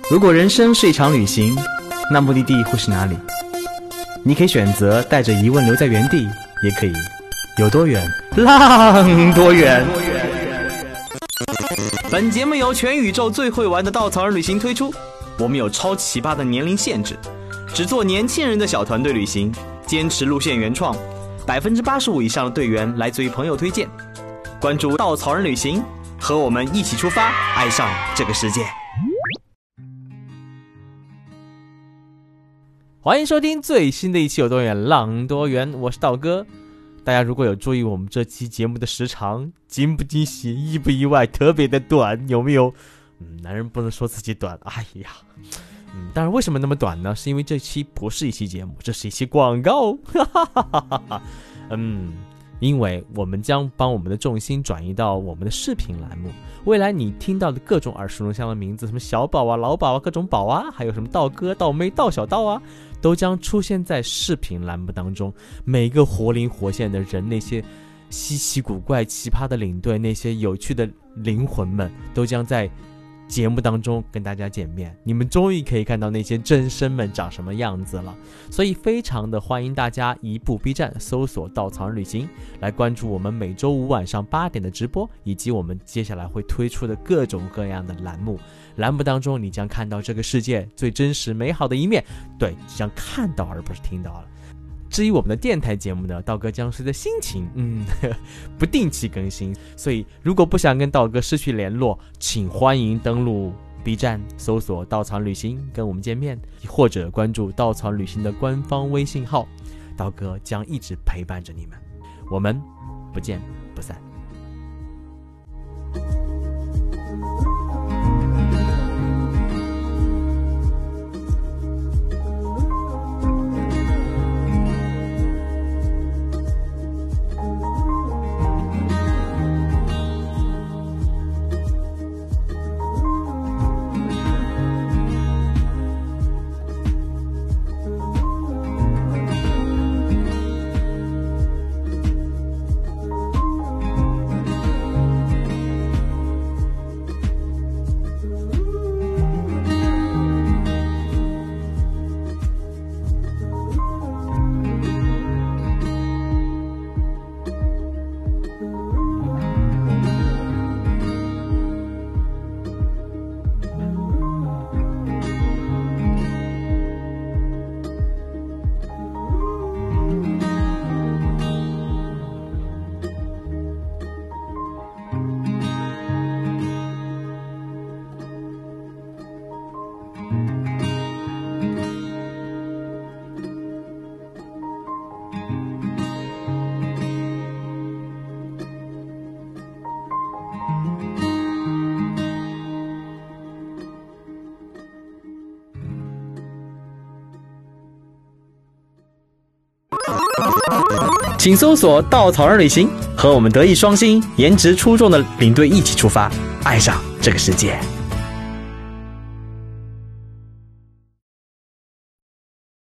如果人生是一场旅行，那目的地会是哪里？你可以选择带着疑问留在原地，也可以有多远浪多远。本节目由全宇宙最会玩的稻草人旅行推出，我们有超奇葩的年龄限制，只做年轻人的小团队旅行，坚持路线原创，85%以上的队员来自于朋友推荐。关注稻草人旅行，和我们一起出发，爱上这个世界。欢迎收听最新的一期有多远浪多远，我是道哥。大家如果有注意我们这期节目的时长，惊不惊喜，意不意外，特别的短，有没有？男人不能说自己短，哎呀，当然为什么那么短呢？是因为这期不是一期节目，这是一期广告，因为我们将帮我们的重心转移到我们的视频栏目，未来你听到的各种耳熟能详的名字，什么小宝啊、老宝啊、各种宝啊，还有什么道哥、道妹、道小道啊，都将出现在视频栏目当中。每个活灵活现的人，那些稀奇古怪奇葩的领队，那些有趣的灵魂们，都将在节目当中跟大家见面，你们终于可以看到那些真身们长什么样子了。所以非常的欢迎大家移步 B 站搜索稻草人旅行，来关注我们每周五晚上8点的直播，以及我们接下来会推出的各种各样的栏目。栏目当中你将看到这个世界最真实美好的一面，对，将看到而不是听到了。至于我们的电台节目呢，道哥将随着心情不定期更新，所以如果不想跟道哥失去联络，请欢迎登录 B 站搜索稻草旅行跟我们见面，或者关注稻草旅行的官方微信号，道哥将一直陪伴着你们，我们不见不散。请搜索稻草人旅行，和我们德艺双馨、颜值出众的领队一起出发，爱上这个世界。